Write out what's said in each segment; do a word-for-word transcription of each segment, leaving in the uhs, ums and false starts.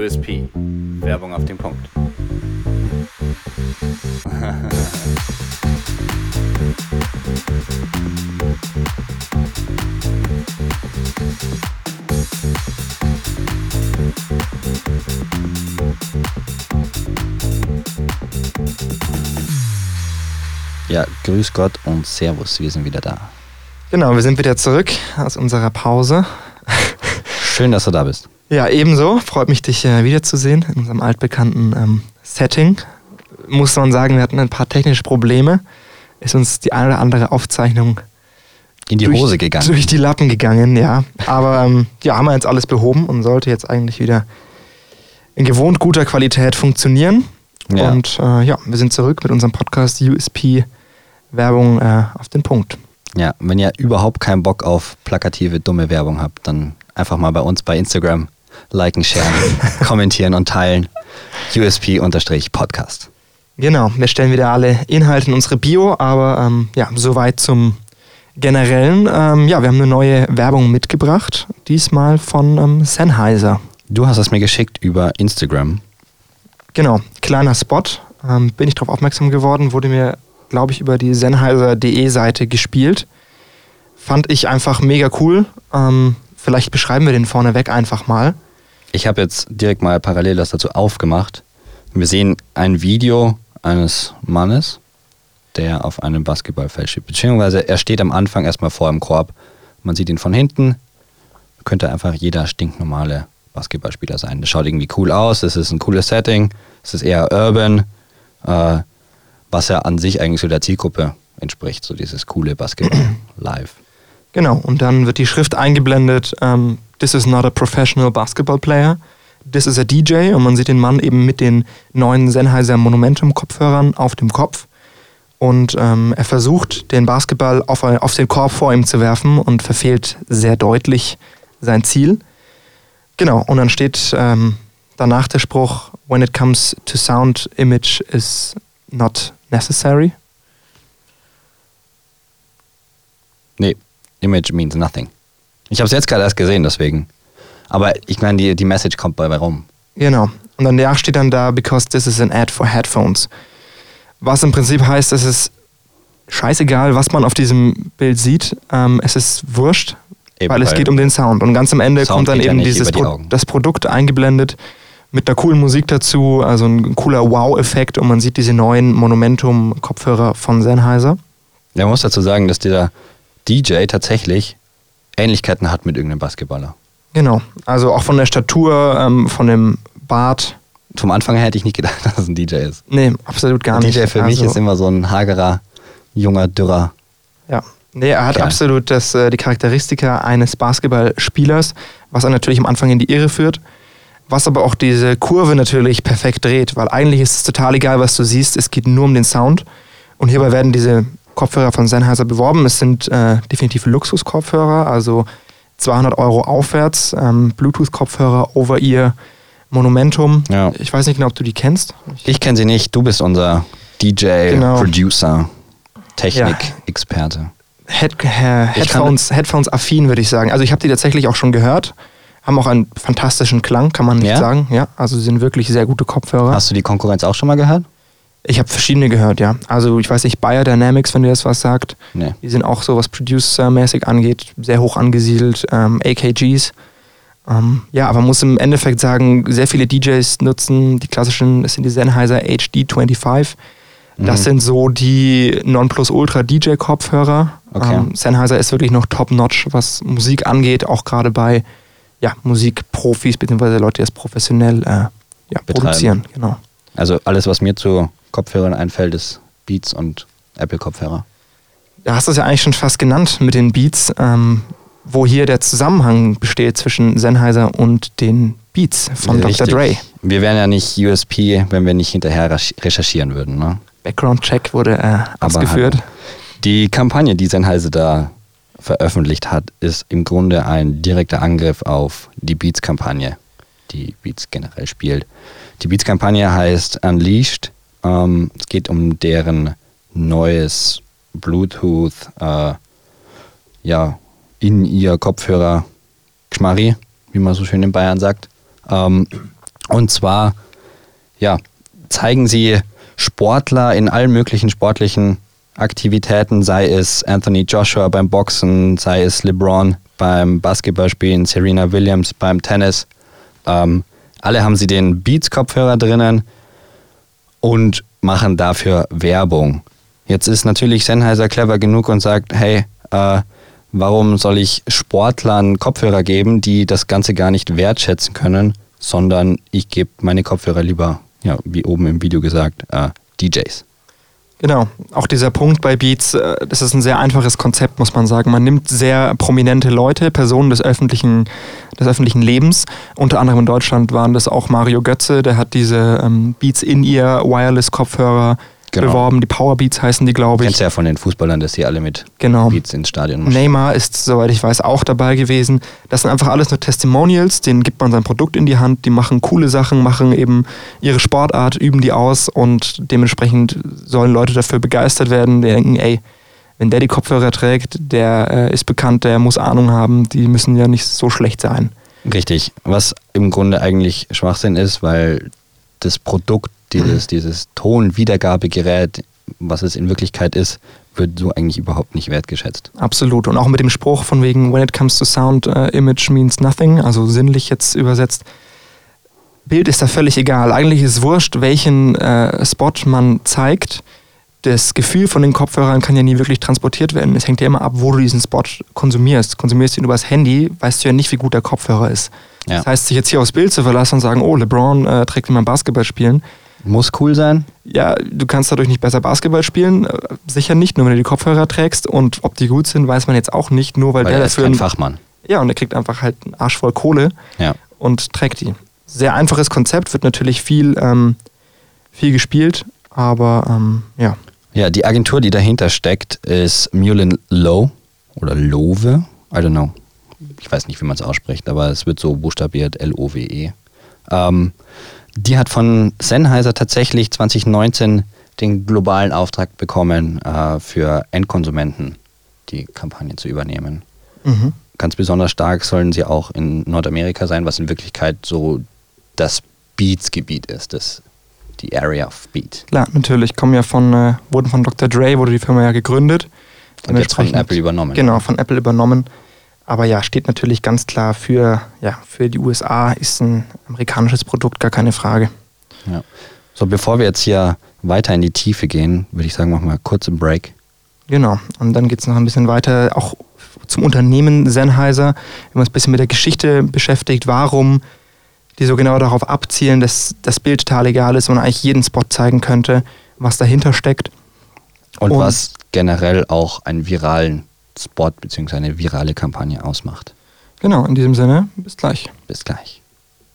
U S P. Werbung auf den Punkt. Ja, grüß Gott und Servus, wir sind wieder da. Genau, wir sind wieder zurück aus unserer Pause. Schön, dass du da bist. Ja, ebenso. Freut mich, dich äh, wiederzusehen in unserem altbekannten ähm, Setting. Muss man sagen, wir hatten ein paar technische Probleme. Ist uns die eine oder andere Aufzeichnung in die durch, Hose gegangen. Durch die Lappen gegangen, ja. Aber ähm, ja, haben wir jetzt alles behoben und sollte jetzt eigentlich wieder in gewohnt guter Qualität funktionieren. Ja. Und äh, ja, wir sind zurück mit unserem Podcast U S P Werbung äh, auf den Punkt. Ja, wenn ihr überhaupt keinen Bock auf plakative, dumme Werbung habt, dann einfach mal bei uns bei Instagram liken, sharen, kommentieren und teilen. U S P-Podcast. Genau, wir stellen wieder alle Inhalte in unsere Bio, aber ähm, ja, soweit zum Generellen. Ähm, ja, wir haben eine neue Werbung mitgebracht, diesmal von ähm, Sennheiser. Du hast es mir geschickt über Instagram. Genau, kleiner Spot. Ähm, bin ich darauf aufmerksam geworden, wurde mir, glaube ich, über die Sennheiser punkt de Seite gespielt. Fand ich einfach mega cool. Ähm, vielleicht beschreiben wir den vorneweg einfach mal. Ich habe jetzt direkt mal parallel das dazu aufgemacht. Wir sehen ein Video eines Mannes, der auf einem Basketballfeld steht. Beziehungsweise er steht am Anfang erstmal vor im Korb. Man sieht ihn von hinten. Könnte einfach jeder stinknormale Basketballspieler sein. Das schaut irgendwie cool aus. Es ist ein cooles Setting. Es ist eher urban. Äh, was ja an sich eigentlich so der Zielgruppe entspricht. So dieses coole Basketball live. Genau. Und dann wird die Schrift eingeblendet. Um, This is not a professional basketball player. This is a D J. Und man sieht den Mann eben mit den neuen Sennheiser Monumentum-Kopfhörern auf dem Kopf. Und ähm, er versucht, den Basketball auf, auf den Korb vor ihm zu werfen und verfehlt sehr deutlich sein Ziel. Genau, und dann steht ähm, danach der Spruch, when it comes to sound, image is not necessary. Nee, image means nothing. Ich habe es jetzt gerade erst gesehen, deswegen. Aber ich meine, die, die Message kommt bei rum. Genau. Und danach steht dann da, because this is an ad for headphones. Was im Prinzip heißt, es ist scheißegal, was man auf diesem Bild sieht. Ähm, es ist wurscht, eben, weil es geht um den Sound. Und ganz am Ende Sound kommt dann eben ja dieses die Pro- das Produkt eingeblendet mit einer coolen Musik dazu, also ein cooler Wow-Effekt und man sieht diese neuen Monumentum-Kopfhörer von Sennheiser. Ja, man muss dazu sagen, dass dieser D J tatsächlich Ähnlichkeiten hat mit irgendeinem Basketballer. Genau, also auch von der Statur, ähm, von dem Bart. Zum Anfang hätte ich nicht gedacht, dass es ein D J ist. Nee, absolut gar nicht. D J für also, mich ist immer so ein hagerer, junger, dürrer. Ja, nee, er hat Kerl. absolut das, äh, die Charakteristika eines Basketballspielers, was er natürlich am Anfang in die Irre führt, was aber auch diese Kurve natürlich perfekt dreht, weil eigentlich ist es total egal, was du siehst, es geht nur um den Sound und hierbei werden diese Kopfhörer von Sennheiser beworben. Es sind äh, definitiv Luxuskopfhörer, also zweihundert Euro aufwärts, ähm, Bluetooth-Kopfhörer, Over-Ear, Monumentum. Ja. Ich weiß nicht genau, ob du die kennst. Ich, ich kenne sie nicht. Du bist unser D J, genau. Producer, Technik-Experte. Ja. Head, äh, Headphones, Headphones-affin, würde ich sagen. Also ich habe die tatsächlich auch schon gehört. Haben auch einen fantastischen Klang, kann man nicht ja? sagen. Ja, also sie sind wirklich sehr gute Kopfhörer. Hast du die Konkurrenz auch schon mal gehört? Ich habe verschiedene gehört, ja. Also ich weiß nicht, Beyerdynamics, wenn dir das was sagt. Nee. Die sind auch so, was Producer-mäßig angeht, sehr hoch angesiedelt. Ähm, A K Gs. Ähm, ja, aber man muss im Endeffekt sagen, sehr viele D Js nutzen die klassischen, das sind die Sennheiser H D fünfundzwanzig. Das mhm. sind so die Nonplusultra-D J-Kopfhörer. Okay. Ähm, Sennheiser ist wirklich noch top-notch, was Musik angeht, auch gerade bei ja, Musikprofis, beziehungsweise Leute, die das professionell äh, ja, produzieren. Genau. Also alles, was mir zu Kopfhörern einfällt, ist Beats und Apple-Kopfhörer. Du hast es ja eigentlich schon fast genannt mit den Beats, ähm, wo hier der Zusammenhang besteht zwischen Sennheiser und den Beats von Richtig. Doktor Dre. Wir wären ja nicht U S P, wenn wir nicht hinterher recherchieren würden. Ne? Background-Check wurde äh, ausgeführt. Halt die Kampagne, die Sennheiser da veröffentlicht hat, ist im Grunde ein direkter Angriff auf die Beats-Kampagne, die Beats generell spielt. Die Beats-Kampagne heißt Unleashed. Ähm, es geht um deren neues Bluetooth, äh, ja, in ihr Kopfhörer Geschmarri, wie man so schön in Bayern sagt. Ähm, Und zwar, ja, zeigen sie Sportler in allen möglichen sportlichen Aktivitäten, sei es Anthony Joshua beim Boxen, sei es LeBron beim Basketballspielen, Serena Williams beim Tennis. Ähm, alle haben sie den Beats-Kopfhörer drinnen und machen dafür Werbung. Jetzt ist natürlich Sennheiser clever genug und sagt, hey, äh, warum soll ich Sportlern Kopfhörer geben, die das Ganze gar nicht wertschätzen können, sondern ich gebe meine Kopfhörer lieber, ja, wie oben im Video gesagt, äh, D Js. Genau, auch dieser Punkt bei Beats, äh, das ist ein sehr einfaches Konzept, muss man sagen. Man nimmt sehr prominente Leute, Personen des öffentlichen, des öffentlichen Lebens. Unter anderem in Deutschland waren das auch Mario Götze, der hat diese ähm, Beats In-Ear Wireless-Kopfhörer genau. beworben. Die Powerbeats heißen die, glaube ich. Kennst du ja von den Fußballern, dass die alle mit genau. Beats ins Stadion machen. Neymar ist, soweit ich weiß, auch dabei gewesen. Das sind einfach alles nur Testimonials, denen gibt man sein Produkt in die Hand, die machen coole Sachen, machen eben ihre Sportart, üben die aus und dementsprechend sollen Leute dafür begeistert werden, die denken, ey, wenn der die Kopfhörer trägt, der äh, ist bekannt, der muss Ahnung haben, die müssen ja nicht so schlecht sein. Richtig, was im Grunde eigentlich Schwachsinn ist, weil das Produkt, dieses, dieses Tonwiedergabegerät, was es in Wirklichkeit ist, wird so eigentlich überhaupt nicht wertgeschätzt. Absolut. Und auch mit dem Spruch von wegen, when it comes to sound, uh, image means nothing, also sinnlich jetzt übersetzt. Bild ist da völlig egal. Eigentlich ist es wurscht, welchen äh, Spot man zeigt. Das Gefühl von den Kopfhörern kann ja nie wirklich transportiert werden. Es hängt ja immer ab, wo du diesen Spot konsumierst. Konsumierst du ihn übers Handy, weißt du ja nicht, wie gut der Kopfhörer ist. Ja. Das heißt, sich jetzt hier aufs Bild zu verlassen und sagen, oh, LeBron äh, trägt ihn beim Basketball spielen. Muss cool sein. Ja, du kannst dadurch nicht besser Basketball spielen. Äh, sicher nicht, nur wenn du die Kopfhörer trägst. Und ob die gut sind, weiß man jetzt auch nicht, nur weil, weil der er dafür... ist kein Fachmann. Ja, und er kriegt einfach halt einen Arsch voll Kohle ja. und trägt die. Sehr einfaches Konzept, wird natürlich viel, ähm, viel gespielt, aber ähm, ja. Ja, die Agentur, die dahinter steckt, ist Mullen Lowe oder Lowe, I don't know. Ich weiß nicht, wie man es ausspricht, aber es wird so buchstabiert, L O W E. Ähm, die hat von Sennheiser tatsächlich zwanzig neunzehn den globalen Auftrag bekommen, äh, für Endkonsumenten die Kampagne zu übernehmen. Mhm. Ganz besonders stark sollen sie auch in Nordamerika sein, was in Wirklichkeit so das Beats-Gebiet ist, das, die Area of Beat. Klar, natürlich, kommen ja von, äh, wurden von Doktor Dre, wurde die Firma ja gegründet. Und jetzt von Apple übernommen. Genau, von Apple übernommen. Aber ja, steht natürlich ganz klar für, ja, für die U S A, ist ein amerikanisches Produkt, gar keine Frage. Ja. So, bevor wir jetzt hier weiter in die Tiefe gehen, würde ich sagen, machen wir kurz einen Break. Genau, und dann geht es noch ein bisschen weiter, auch zum Unternehmen Sennheiser, wenn man uns ein bisschen mit der Geschichte beschäftigt, warum die so genau darauf abzielen, dass das Bild total egal ist und man eigentlich jeden Spot zeigen könnte, was dahinter steckt. Und, und was generell auch einen viralen Spot bzw. eine virale Kampagne ausmacht. Genau, in diesem Sinne, bis gleich. Bis gleich.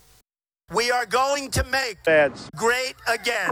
We are going to make ads great again.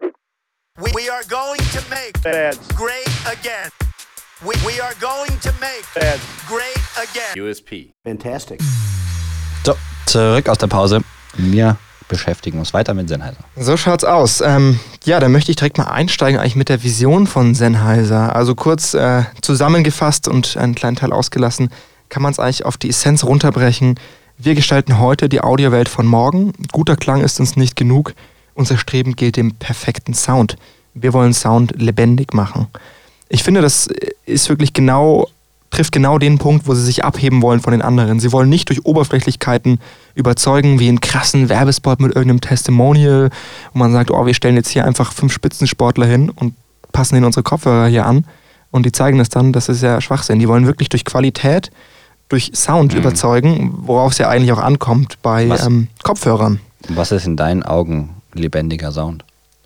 We, we are going to make ads great again. We, we are going to make ads great again. U S P. Fantastic. So, zurück aus der Pause. Wir beschäftigen uns weiter mit Sennheiser. So schaut's aus. Ähm, ja, da möchte ich direkt mal einsteigen eigentlich mit der Vision von Sennheiser. Also kurz äh, zusammengefasst und einen kleinen Teil ausgelassen, kann man es eigentlich auf die Essenz runterbrechen. Wir gestalten heute die Audiowelt von morgen. Guter Klang ist uns nicht genug. Unser Streben gilt dem perfekten Sound. Wir wollen Sound lebendig machen. Ich finde, das ist wirklich genau, trifft genau den Punkt, wo sie sich abheben wollen von den anderen. Sie wollen nicht durch Oberflächlichkeiten überzeugen, wie einen krassen Werbespot mit irgendeinem Testimonial, wo man sagt, oh, wir stellen jetzt hier einfach fünf Spitzensportler hin und passen ihnen unsere Kopfhörer hier an und die zeigen das dann. Das ist ja Schwachsinn. Die wollen wirklich durch Qualität, durch Sound mhm. überzeugen, worauf es ja eigentlich auch ankommt bei ähm, Kopfhörern. Was ist in deinen Augen lebendiger Sound?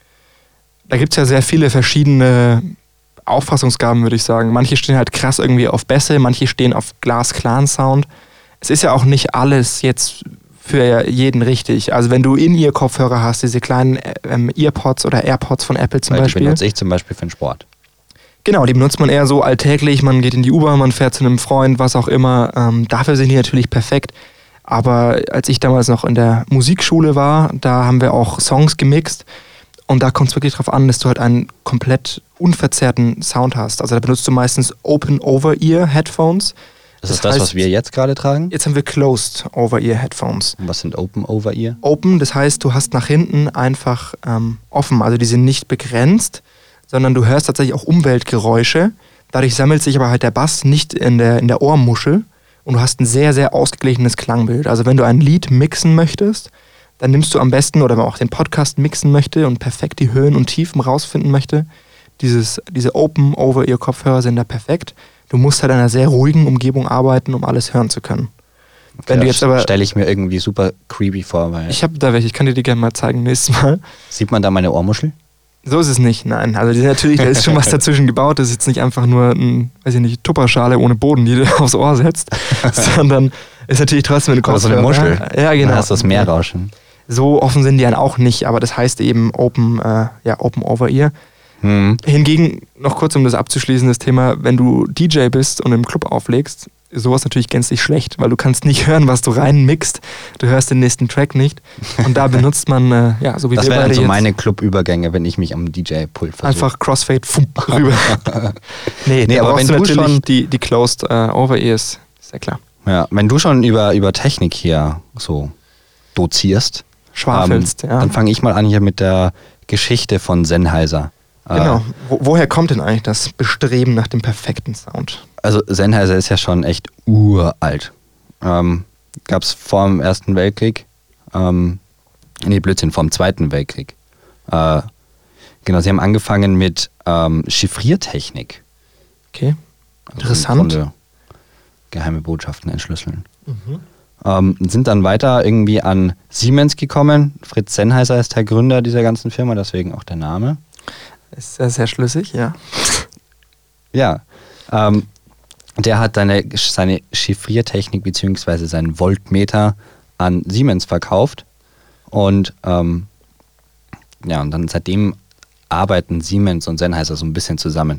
Da gibt es ja sehr viele verschiedene Auffassungsgaben, würde ich sagen. Manche stehen halt krass irgendwie auf Bässe, manche stehen auf glasklaren Sound. Es ist ja auch nicht alles jetzt für jeden richtig. Also wenn du In-Ear-Kopfhörer hast, diese kleinen ähm, Earpods oder AirPods von Apple zum Weil Beispiel. Die benutze ich zum Beispiel für den Sport. Genau, die benutzt man eher so alltäglich. Man geht in die U-Bahn, man fährt zu einem Freund, was auch immer. Ähm, dafür sind die natürlich perfekt. Aber als ich damals noch in der Musikschule war, da haben wir auch Songs gemixt. Und da kommt es wirklich darauf an, dass du halt einen komplett unverzerrten Sound hast. Also da benutzt du meistens Open-Over-Ear-Headphones. Das, das ist das, heißt, was wir jetzt gerade tragen? Jetzt haben wir Closed Over-Ear Headphones. Und was sind Open Over-Ear? Open, das heißt, du hast nach hinten einfach ähm, offen, also die sind nicht begrenzt, sondern du hörst tatsächlich auch Umweltgeräusche. Dadurch sammelt sich aber halt der Bass nicht in der, in der Ohrmuschel und du hast ein sehr, sehr ausgeglichenes Klangbild. Also wenn du ein Lied mixen möchtest, dann nimmst du am besten, oder wenn man auch den Podcast mixen möchte und perfekt die Höhen und Tiefen rausfinden möchte, dieses, diese Open Over-Ear Kopfhörer sind da perfekt. Du musst halt in einer sehr ruhigen Umgebung arbeiten, um alles hören zu können. Okay, Wenn du jetzt aber stelle ich mir irgendwie super creepy vor, weil ich habe da welche, ich kann dir die gerne mal zeigen nächstes Mal. Sieht man da meine Ohrmuschel? So ist es nicht, nein. Also die sind natürlich, da ist schon was dazwischen gebaut. Das ist jetzt nicht einfach nur ein, weiß ich nicht, Tupperschale ohne Boden, die du aufs Ohr setzt, sondern ist natürlich trotzdem eine Kopfhörer. Also eine Muschel. Ja, genau. Dann hast du das Meerrauschen. So offen sind die dann auch nicht, aber das heißt eben Open, äh, ja, Open Over-Ear. Hm. Hingegen, noch kurz um das abzuschließen, das Thema, wenn du D J bist und im Club auflegst, ist sowas natürlich gänzlich schlecht, weil du kannst nicht hören, was du reinmixst. Du hörst den nächsten Track nicht. Und da benutzt man, äh, ja, so wie das wir beide wären so jetzt meine Club-Übergänge, wenn ich mich am D J-Pult versuche. einfach Crossfade fumm, rüber. nee, Nee, da aber brauchst wenn du du natürlich schon- die, die Closed äh, Over-Ears, ist ja klar. Ja, wenn du schon über, über Technik hier so dozierst, Schwafelst, ähm, ja. dann fange ich mal an hier mit der Geschichte von Sennheiser. Äh, Genau. Wo, woher kommt denn eigentlich das Bestreben nach dem perfekten Sound? Also Sennheiser ist ja schon echt uralt. Ähm, Gab es vor dem Ersten Weltkrieg, ähm, nee, Blödsinn, vor dem Zweiten Weltkrieg. Äh, genau, sie haben angefangen mit ähm, Chiffriertechnik. Okay. Also Interessant. im Grunde geheime Botschaften entschlüsseln. Ähm, sind dann weiter irgendwie an Siemens gekommen. Fritz Sennheiser ist der Gründer dieser ganzen Firma, deswegen auch der Name. Ist sehr, sehr schlüssig, ja. Ja, ähm, der hat seine, seine Chiffriertechnik bzw. seinen Voltmeter an Siemens verkauft und ähm, ja, und dann seitdem arbeiten Siemens und Sennheiser so ein bisschen zusammen.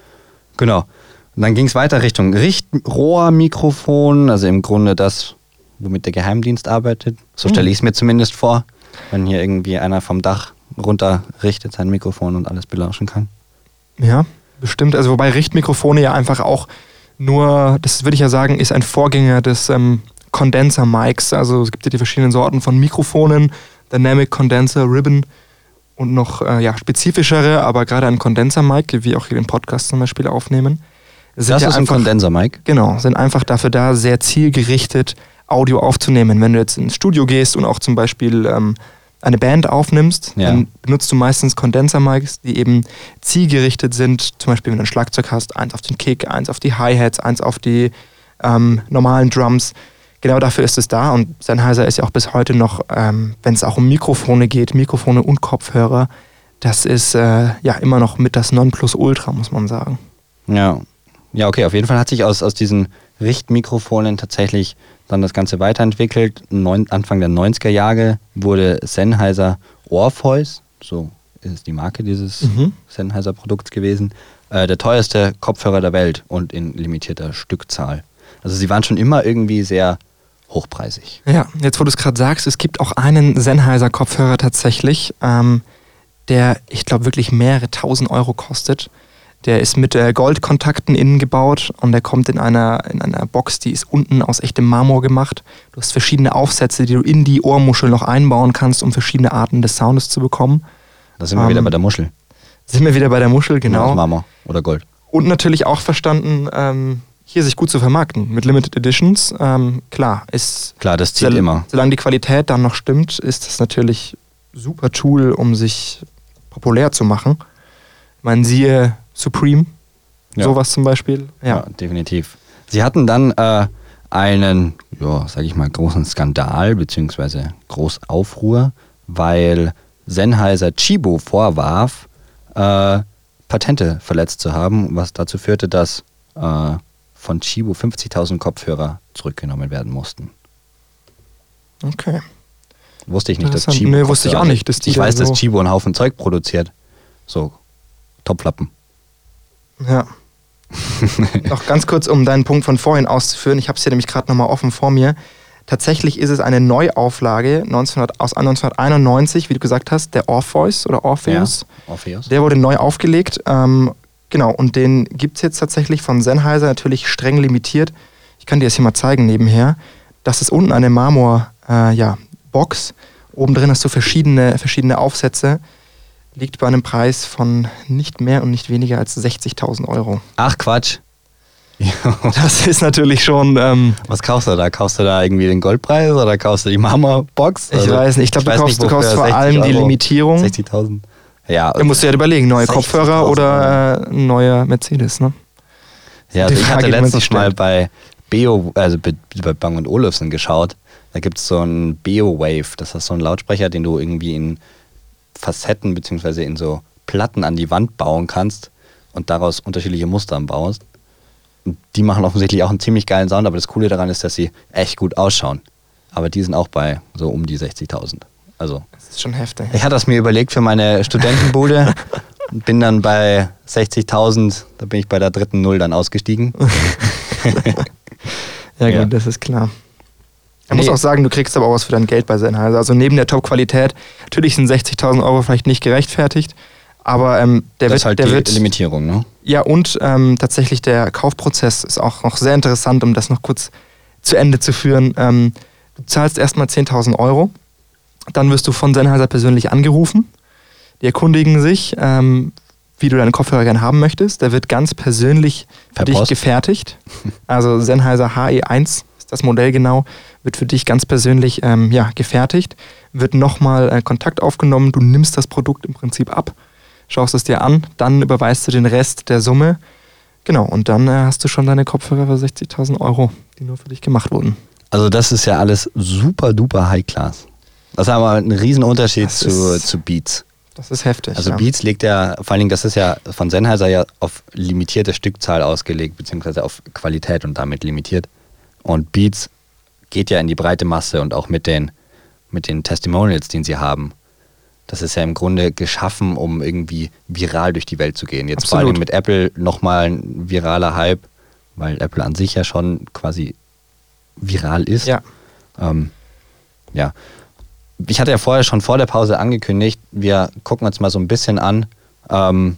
Genau. Und dann ging es weiter Richtung Richtrohrmikrofon, also im Grunde das, womit der Geheimdienst arbeitet. So stelle ich es mir zumindest vor, wenn hier irgendwie einer vom Dach runterrichtet sein Mikrofon und alles belauschen kann. Ja, bestimmt. Also wobei Richtmikrofone ja einfach auch nur, das würde ich ja sagen, ist ein Vorgänger des ähm, Condenser-Mics. Also es gibt ja die verschiedenen Sorten von Mikrofonen, Dynamic Condenser, Ribbon und noch äh, ja, spezifischere, aber gerade ein Condenser-Mic, wie wir auch hier den Podcast zum Beispiel aufnehmen. sind Das ja ist ein einfach, Kondenser-Mic. Genau, sind einfach dafür da, sehr zielgerichtet Audio aufzunehmen. Wenn du jetzt ins Studio gehst und auch zum Beispiel ähm, eine Band aufnimmst, Ja. dann benutzt du meistens Kondenser-Mics, die eben zielgerichtet sind. Zum Beispiel, wenn du ein Schlagzeug hast, eins auf den Kick, eins auf die Hi-Hats, eins auf die ähm, normalen Drums. Genau dafür ist es da. Und Sennheiser ist ja auch bis heute noch, ähm, wenn es auch um Mikrofone geht, Mikrofone und Kopfhörer, das ist äh, ja immer noch mit das Nonplusultra, muss man sagen. Ja. Ja, okay, auf jeden Fall hat sich aus, aus diesen Richtmikrofonen tatsächlich dann das Ganze weiterentwickelt. Neun, Anfang der neunziger Jahre wurde Sennheiser Orpheus, so ist die Marke dieses Mhm. Sennheiser-Produkts gewesen, äh, der teuerste Kopfhörer der Welt und in limitierter Stückzahl. Also sie waren schon immer irgendwie sehr hochpreisig. Ja, jetzt wo du es gerade sagst, es gibt auch einen Sennheiser-Kopfhörer tatsächlich, ähm, der, ich glaube, wirklich mehrere tausend Euro kostet. Der ist mit äh, Goldkontakten innen gebaut und der kommt in einer, in einer Box, die ist unten aus echtem Marmor gemacht. Du hast verschiedene Aufsätze, die du in die Ohrmuschel noch einbauen kannst, um verschiedene Arten des Soundes zu bekommen. Da sind wir Ähm, wieder bei der Muschel. Sind wir wieder bei der Muschel, genau. Aus Marmor oder Gold. Und natürlich auch verstanden, ähm, hier sich gut zu vermarkten mit Limited Editions. Ähm, klar, ist Klar, das zählt Sol- immer. Solange die Qualität dann noch stimmt, ist das natürlich super Tool, um sich populär zu machen. Ich meine, siehe Supreme, Ja. sowas zum Beispiel. Ja, Ja. definitiv. Sie hatten dann äh, einen, ja, sag ich mal, großen Skandal bzw. Großaufruhr, weil Sennheiser Chibo vorwarf, äh, Patente verletzt zu haben, was dazu führte, dass äh, von Chibo fünfzigtausend Kopfhörer zurückgenommen werden mussten. Okay. Wusste ich nicht, dass Interessant. Chibo. Nee, wusste ich auch Kopfhörer- nicht, dass die Ich dann weiß, so- dass Chibo einen Haufen Zeug produziert. So, Topflappen. Ja. Noch ganz kurz, um deinen Punkt von vorhin auszuführen. Ich habe es hier nämlich gerade nochmal offen vor mir. Tatsächlich ist es eine Neuauflage neunzehnhundert, aus neunzehnhunderteinundneunzig, wie du gesagt hast, der Orpheus oder Orpheus. Ja, Orpheus. Der wurde neu aufgelegt. Ähm, genau, und den gibt es jetzt tatsächlich von Sennheiser natürlich streng limitiert. Ich kann dir das hier mal zeigen nebenher. Das ist unten eine Marmor, äh, ja, Box. Oben drin hast du verschiedene, verschiedene Aufsätze. Liegt bei einem Preis von nicht mehr und nicht weniger als sechzigtausend Euro. Ach, Quatsch. Das ist natürlich schon... Ähm, Was kaufst du da? Kaufst du da irgendwie den Goldpreis oder kaufst du die Marmor-Box? Ich also, weiß nicht. Ich glaube, du kaufst, nicht, du kaufst vor allem die Euro, Limitierung. sechzigtausend. Ja. Da musst du ja überlegen, neue Kopfhörer oder äh, ein neuer Mercedes, ne? Ja, also Die ich Frage, hatte die man sich letztens mal stellt. bei Beo, also bei bei Bang und Olufsen geschaut. Da gibt es so einen Beo-Wave. Das ist so ein Lautsprecher, den du irgendwie in Facetten beziehungsweise in so Platten an die Wand bauen kannst und daraus unterschiedliche Muster baust. Und die machen offensichtlich auch einen ziemlich geilen Sound, aber das Coole daran ist, dass sie echt gut ausschauen. Aber die sind auch bei so um die sechzigtausend. Also, Das ist schon heftig. ich hatte das mir überlegt für meine Studentenbude und bin dann bei sechzigtausend, da bin ich bei der dritten Null dann ausgestiegen. Ja, gut, Ja. das ist klar. Man Nee. muss auch sagen, du kriegst aber auch was für dein Geld bei Sennheiser. Also neben der Top-Qualität, natürlich sind sechzigtausend Euro vielleicht nicht gerechtfertigt, aber ähm, der das wird, ist halt der die wird Limitierung, ne? ja, und ähm, tatsächlich der Kaufprozess ist auch noch sehr interessant, um das noch kurz zu Ende zu führen. Ähm, du zahlst erstmal zehntausend Euro, dann wirst du von Sennheiser persönlich angerufen. Die erkundigen sich, ähm, wie du deinen Kopfhörer gerne haben möchtest. Der wird ganz persönlich für Per dich Post? gefertigt. Also Sennheiser H E eins ist das Modell genau, wird für dich ganz persönlich ähm, ja, gefertigt. Wird nochmal äh, Kontakt aufgenommen, du nimmst das Produkt im Prinzip ab, schaust es dir an, dann überweist du den Rest der Summe. Genau, und dann äh, hast du schon deine Kopfhörer für sechzigtausend Euro, die nur für dich gemacht wurden. Also das ist ja alles super duper High Class. Das ist aber ein Riesenunterschied Das zu, ist- zu Beats. Das ist heftig. Also ja. Beats legt ja, vor allen Dingen, das ist ja von Sennheiser ja auf limitierte Stückzahl ausgelegt, beziehungsweise auf Qualität und damit limitiert. Und Beats geht ja in die breite Masse und auch mit den, mit den Testimonials, die sie haben. Das ist ja im Grunde geschaffen, um irgendwie viral durch die Welt zu gehen. Jetzt vor Absolut. allem mit Apple nochmal ein viraler Hype, weil Apple an sich ja schon quasi viral ist. Ja. Ähm, ja. Ich hatte ja vorher schon vor der Pause angekündigt, wir gucken uns mal so ein bisschen an, ähm,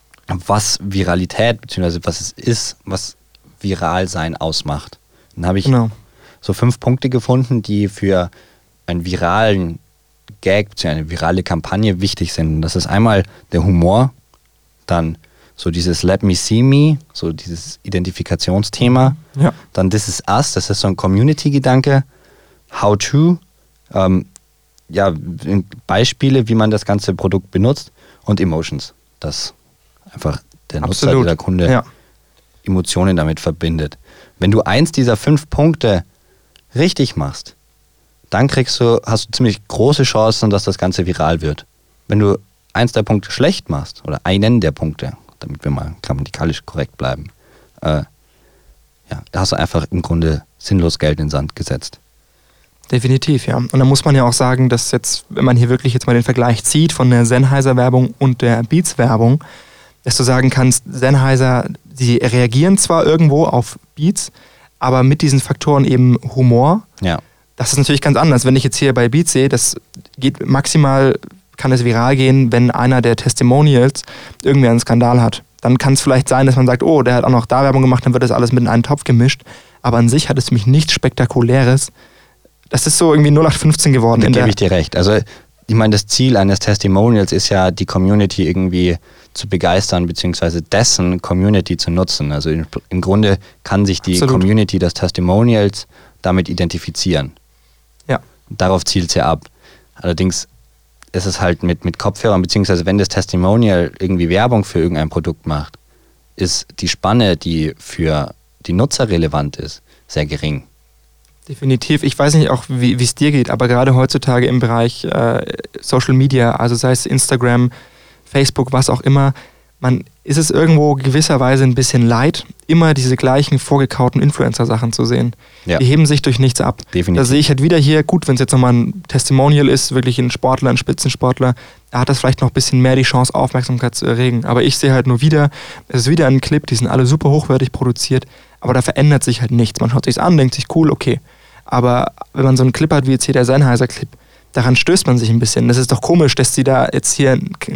was Viralität, beziehungsweise was es ist, was Viralsein ausmacht. Dann habe ich Genau. so fünf Punkte gefunden, die für einen viralen Gag, beziehungsweise eine virale Kampagne wichtig sind. Das ist einmal der Humor, dann so dieses Let Me See Me, so dieses Identifikationsthema. Ja. Dann This Is Us, das ist so ein Community-Gedanke. How to, ähm, ja, Beispiele, wie man das ganze Produkt benutzt. Und Emotions, dass einfach der Nutzer, Absolut. der Kunde Ja. Emotionen damit verbindet. Wenn du eins dieser fünf Punkte richtig machst, dann kriegst du, hast du ziemlich große Chancen, dass das Ganze viral wird. Wenn du eins der Punkte schlecht machst, oder einen der Punkte, damit wir mal grammatikalisch korrekt bleiben, äh, ja, da hast du einfach im Grunde sinnlos Geld in den Sand gesetzt. Definitiv, ja. Und da muss man ja auch sagen, dass jetzt, wenn man hier wirklich jetzt mal den Vergleich zieht von der Sennheiser-Werbung und der Beats-Werbung, dass du sagen kannst, Sennheiser, die reagieren zwar irgendwo auf Beats, aber mit diesen Faktoren eben Humor, Ja. das ist natürlich ganz anders. Wenn ich jetzt hier bei Beats sehe, das geht maximal, kann es viral gehen, wenn einer der Testimonials irgendwie einen Skandal hat. Dann kann es vielleicht sein, dass man sagt, oh, der hat auch noch da Werbung gemacht, dann wird das alles mit in einen Topf gemischt. Aber an sich hat es für mich nichts Spektakuläres. Das ist so irgendwie null acht fünfzehn geworden. Da in gebe der, ich dir recht. Also ich meine, das Ziel eines Testimonials ist ja, die Community irgendwie zu begeistern, beziehungsweise dessen Community zu nutzen. Also im, im Grunde kann sich die Absolut. Community des Testimonials damit identifizieren. Ja. Darauf zielt sie ab. Allerdings ist es halt mit, mit Kopfhörern, beziehungsweise wenn das Testimonial irgendwie Werbung für irgendein Produkt macht, ist die Spanne, die für die Nutzer relevant ist, sehr gering. Definitiv. Ich weiß nicht auch, wie es dir geht, aber gerade heutzutage im Bereich äh, Social Media, also sei es Instagram, Facebook, was auch immer, man ist es irgendwo gewisserweise ein bisschen leid, immer diese gleichen vorgekauten Influencer-Sachen zu sehen. Ja. Die heben sich durch nichts ab. Definitiv. Da sehe ich halt wieder hier, gut, wenn es jetzt nochmal ein Testimonial ist, wirklich ein Sportler, ein Spitzensportler, da hat das vielleicht noch ein bisschen mehr die Chance, Aufmerksamkeit zu erregen. Aber ich sehe halt nur wieder, es ist wieder ein Clip, die sind alle super hochwertig produziert, aber da verändert sich halt nichts. Man schaut sich's an, denkt sich, cool, okay. Aber wenn man so einen Clip hat wie jetzt hier der Sennheiser-Clip, daran stößt man sich ein bisschen. Das ist doch komisch, dass die da jetzt hier ein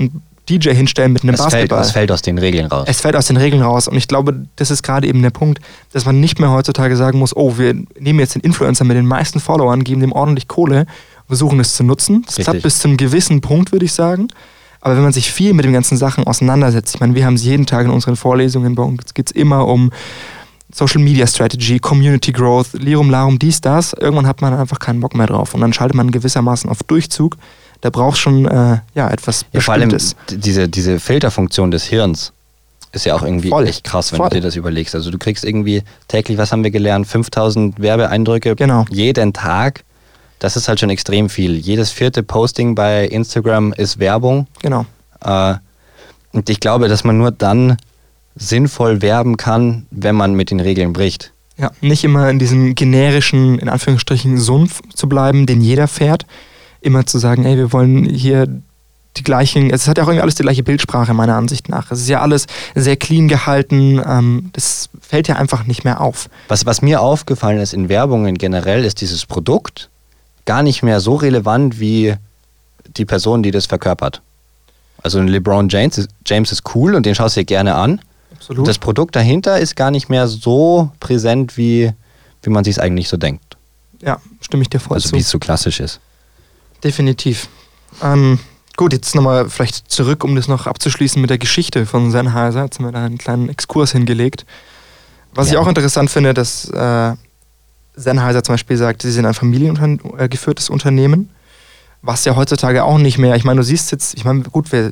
D J hinstellen mit einem Es fällt, Basketball. es fällt aus den Regeln raus. Es fällt aus den Regeln raus. Und ich glaube, das ist gerade eben der Punkt, dass man nicht mehr heutzutage sagen muss, oh, wir nehmen jetzt den Influencer mit den meisten Followern, geben dem ordentlich Kohle, versuchen es zu nutzen. Das Richtig. klappt bis zu einem gewissen Punkt, würde ich sagen. Aber wenn man sich viel mit den ganzen Sachen auseinandersetzt, ich meine, wir haben es jeden Tag in unseren Vorlesungen, bei uns geht es immer um Social Media Strategy, Community Growth, Lirum Larum, dies, das. Irgendwann hat man einfach keinen Bock mehr drauf. Und dann schaltet man gewissermaßen auf Durchzug. Da braucht schon äh, ja, etwas Ja, vor allem Bestimmtes. d- diese, diese Filterfunktion des Hirns ist ja auch irgendwie Voll. echt krass, wenn Voll. du dir das überlegst. Also du kriegst irgendwie täglich, was haben wir gelernt, fünftausend Werbeeindrücke Genau. jeden Tag. Das ist halt schon extrem viel. Jedes vierte Posting bei Instagram ist Werbung. Genau. Äh, und ich glaube, dass man nur dann sinnvoll werben kann, wenn man mit den Regeln bricht. Ja, nicht immer in diesem generischen, in Anführungsstrichen, Sumpf zu bleiben, den jeder fährt. Immer zu sagen, ey, wir wollen hier die gleichen, es hat ja auch irgendwie alles die gleiche Bildsprache meiner Ansicht nach. Es ist ja alles sehr clean gehalten, ähm, das fällt ja einfach nicht mehr auf. Was, was mir aufgefallen ist in Werbungen generell, ist dieses Produkt gar nicht mehr so relevant wie die Person, die das verkörpert. Also ein LeBron James ist, James ist cool und den schaust du dir gerne an. Absolut. Das Produkt dahinter ist gar nicht mehr so präsent, wie, wie man sich es eigentlich so denkt. Ja, stimme ich dir voll Also zu. wie es so klassisch ist. Definitiv. Ähm, gut, jetzt nochmal vielleicht zurück, um das noch abzuschließen mit der Geschichte von Sennheiser. Jetzt haben wir da einen kleinen Exkurs hingelegt. Was Ja. ich auch interessant finde, dass äh, Sennheiser zum Beispiel sagt, sie sind ein familiengeführtes Unternehmen, was ja heutzutage auch nicht mehr, ich meine, du siehst jetzt, ich meine, gut, wir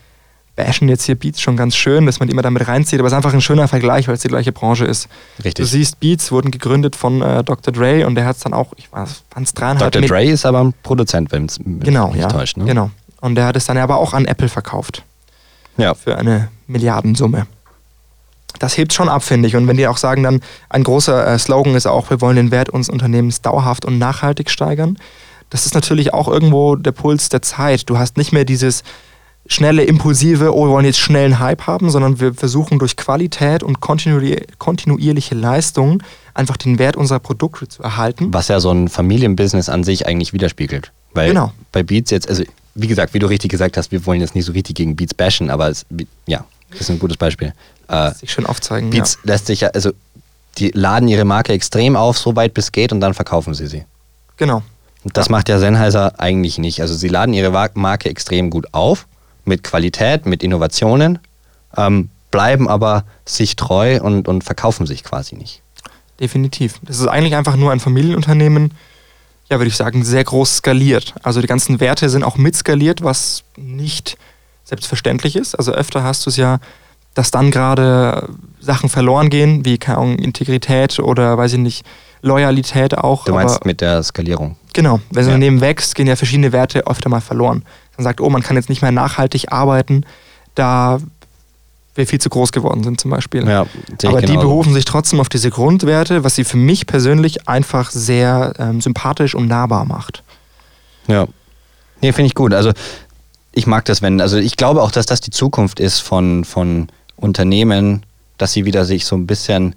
bashen jetzt hier Beats schon ganz schön, dass man die immer damit reinzieht, aber es ist einfach ein schöner Vergleich, weil es die gleiche Branche ist. Richtig. Du siehst, Beats wurden gegründet von äh, Doktor Dre und der hat es dann auch, ich weiß, waren es dreieinhalb Doktor Mil- Dre ist aber ein Produzent, wenn es Genau, mich ja. täuscht. Ne? Genau. Und der hat es dann aber auch an Apple verkauft. Ja. Für eine Milliardensumme. Das hebt schon ab, finde ich. Und wenn die auch sagen dann, ein großer äh, Slogan ist auch, wir wollen den Wert unseres Unternehmens dauerhaft und nachhaltig steigern. Das ist natürlich auch irgendwo der Puls der Zeit. Du hast nicht mehr dieses schnelle, impulsive, oh, wir wollen jetzt schnell einen Hype haben, sondern wir versuchen durch Qualität und kontinuier- kontinuierliche Leistung einfach den Wert unserer Produkte zu erhalten. Was ja so ein Familienbusiness an sich eigentlich widerspiegelt. Weil Genau. bei Beats jetzt, also wie gesagt, wie du richtig gesagt hast, wir wollen jetzt nicht so richtig gegen Beats bashen, aber es, ja, das ist ein gutes Beispiel. Äh, Sich schön aufzeigen. Beats lässt sich ja, also die laden ihre Marke extrem auf, so weit bis geht und dann verkaufen sie sie. Ja. Genau. Und das Ja. macht ja Sennheiser eigentlich nicht. Also sie laden ihre Wa- Marke extrem gut auf, mit Qualität, mit Innovationen, ähm, bleiben aber sich treu und, und verkaufen sich quasi nicht. Definitiv. Das ist eigentlich einfach nur ein Familienunternehmen, ja, würde ich sagen, sehr groß skaliert. Also die ganzen Werte sind auch mitskaliert, was nicht selbstverständlich ist. Also öfter hast du es ja, dass dann gerade Sachen verloren gehen, wie keine Ahnung, Integrität oder, weiß ich nicht, Loyalität auch. Du meinst aber mit der Skalierung. genau, wenn das Ja. Unternehmen wächst, gehen ja verschiedene Werte öfter mal verloren. Dann sagt, oh, man kann jetzt nicht mehr nachhaltig arbeiten, da wir viel zu groß geworden sind zum Beispiel. Ja, sehe Aber ich die genauso. berufen sich trotzdem auf diese Grundwerte, was sie für mich persönlich einfach sehr ähm, sympathisch und nahbar macht. Ja. Nee, finde ich gut. Also ich mag das, wenn, also ich glaube auch, dass das die Zukunft ist von, von Unternehmen, dass sie wieder sich so ein bisschen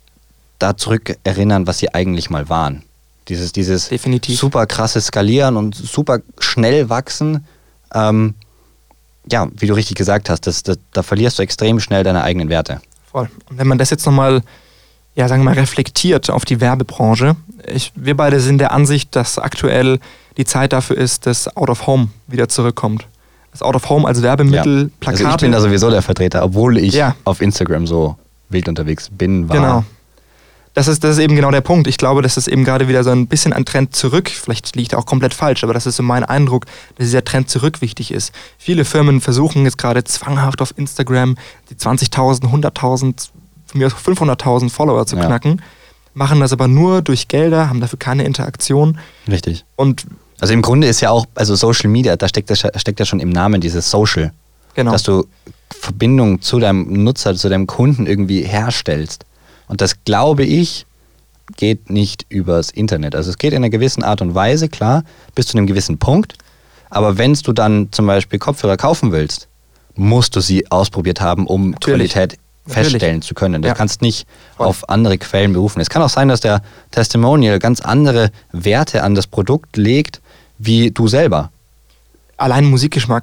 da zurück erinnern, was sie eigentlich mal waren. Dieses, dieses Definitiv. super krasse Skalieren und super schnell wachsen. Ähm, ja, wie du richtig gesagt hast, das, das, da verlierst du extrem schnell deine eigenen Werte. Voll. Und wenn man das jetzt nochmal, ja, sagen wir mal, reflektiert auf die Werbebranche, ich, wir beide sind der Ansicht, dass aktuell die Zeit dafür ist, dass Out of Home wieder zurückkommt. Das Out of Home als Werbemittel, Ja. Plakate. Also ich bin da sowieso der Vertreter, obwohl ich Ja. auf Instagram so wild unterwegs bin, war. Genau. Das ist, das ist eben genau der Punkt. Ich glaube, dass es eben gerade wieder so ein bisschen ein Trend zurück, vielleicht liegt er auch komplett falsch, aber das ist so mein Eindruck, dass dieser Trend zurück wichtig ist. Viele Firmen versuchen jetzt gerade zwanghaft auf Instagram die zwanzigtausend, hunderttausend, von mir aus fünfhunderttausend Follower zu Ja. knacken, machen das aber nur durch Gelder, haben dafür keine Interaktion Richtig. und Also im Grunde ist ja auch, also Social Media, da steckt, das, steckt ja schon im Namen dieses Social, genau. dass du Verbindung zu deinem Nutzer, zu deinem Kunden irgendwie herstellst. Und das, glaube ich, geht nicht übers Internet. Also es geht in einer gewissen Art und Weise, klar, bis zu einem gewissen Punkt. Aber wenn du dann zum Beispiel Kopfhörer kaufen willst, musst du sie ausprobiert haben, um Natürlich. Qualität Natürlich. feststellen zu können. Du Ja. kannst nicht Voll. auf andere Quellen berufen. Es kann auch sein, dass der Testimonial ganz andere Werte an das Produkt legt, wie du selber. Allein Musikgeschmack.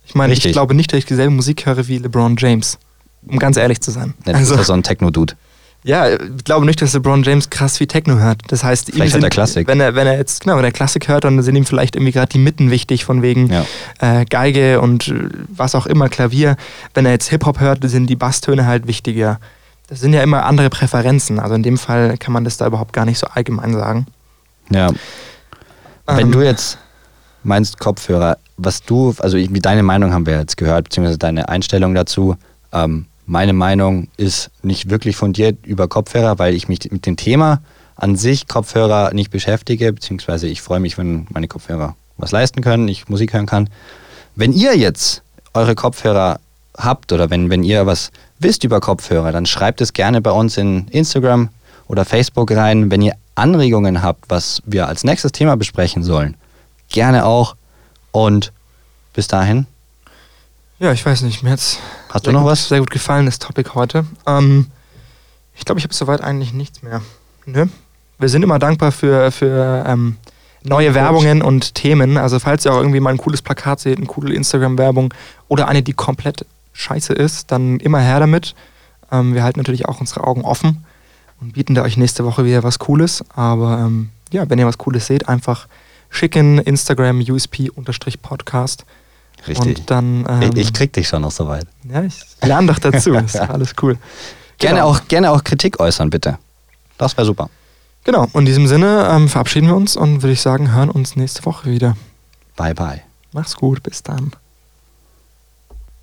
Ich meine, Richtig. ich glaube nicht, dass ich dieselbe Musik höre wie LeBron James. Um ganz ehrlich zu sein. Ja, das ist ja so ein Techno-Dude. Ja, ich glaube nicht, dass LeBron James krass wie Techno hört. Das heißt, ihm Vielleicht sind, hat er Klassik. Wenn er, wenn er jetzt, genau, wenn er Klassik hört, dann sind ihm vielleicht irgendwie gerade die Mitten wichtig, von wegen Ja. äh, Geige und äh, was auch immer, Klavier. Wenn er jetzt Hip-Hop hört, sind die Basstöne halt wichtiger. Das sind ja immer andere Präferenzen. Also in dem Fall kann man das da überhaupt gar nicht so allgemein sagen. Ja. Wenn Ähm, du jetzt meinst Kopfhörer, was du, also ich, deine Meinung haben wir jetzt gehört, beziehungsweise deine Einstellung dazu. Ähm, meine Meinung ist nicht wirklich fundiert über Kopfhörer, weil ich mich mit dem Thema an sich Kopfhörer nicht beschäftige, beziehungsweise ich freue mich, wenn meine Kopfhörer was leisten können, ich Musik hören kann. Wenn ihr jetzt eure Kopfhörer habt oder wenn, wenn ihr was wisst über Kopfhörer, dann schreibt es gerne bei uns in Instagram oder Facebook rein. Wenn ihr Anregungen habt, was wir als nächstes Thema besprechen sollen, gerne auch. Und bis dahin, Ja, ich weiß nicht, mir hat's hast du sehr noch gut, was? sehr gut gefallen, das Topic heute. Ähm, ich glaube, ich habe soweit eigentlich nichts mehr. Nö. Wir sind immer dankbar für, für ähm, neue Werbungen und Themen. Also falls ihr auch irgendwie mal ein cooles Plakat seht, eine coole Instagram-Werbung oder eine, die komplett scheiße ist, dann immer her damit. Ähm, wir halten natürlich auch unsere Augen offen und bieten da euch nächste Woche wieder was Cooles. Aber ähm, ja, wenn ihr was Cooles seht, einfach schicken, Instagram, U S P-Podcast. Richtig. Und dann, ähm, ich, ich krieg dich schon noch soweit. ja, ich lerne doch dazu. Ist doch alles cool. Gerne, Genau. auch, gerne auch Kritik äußern, bitte. Das wäre super. Genau, und in diesem Sinne ähm, verabschieden wir uns und würde ich sagen, hören uns nächste Woche wieder. Bye, bye. Mach's gut, bis dann.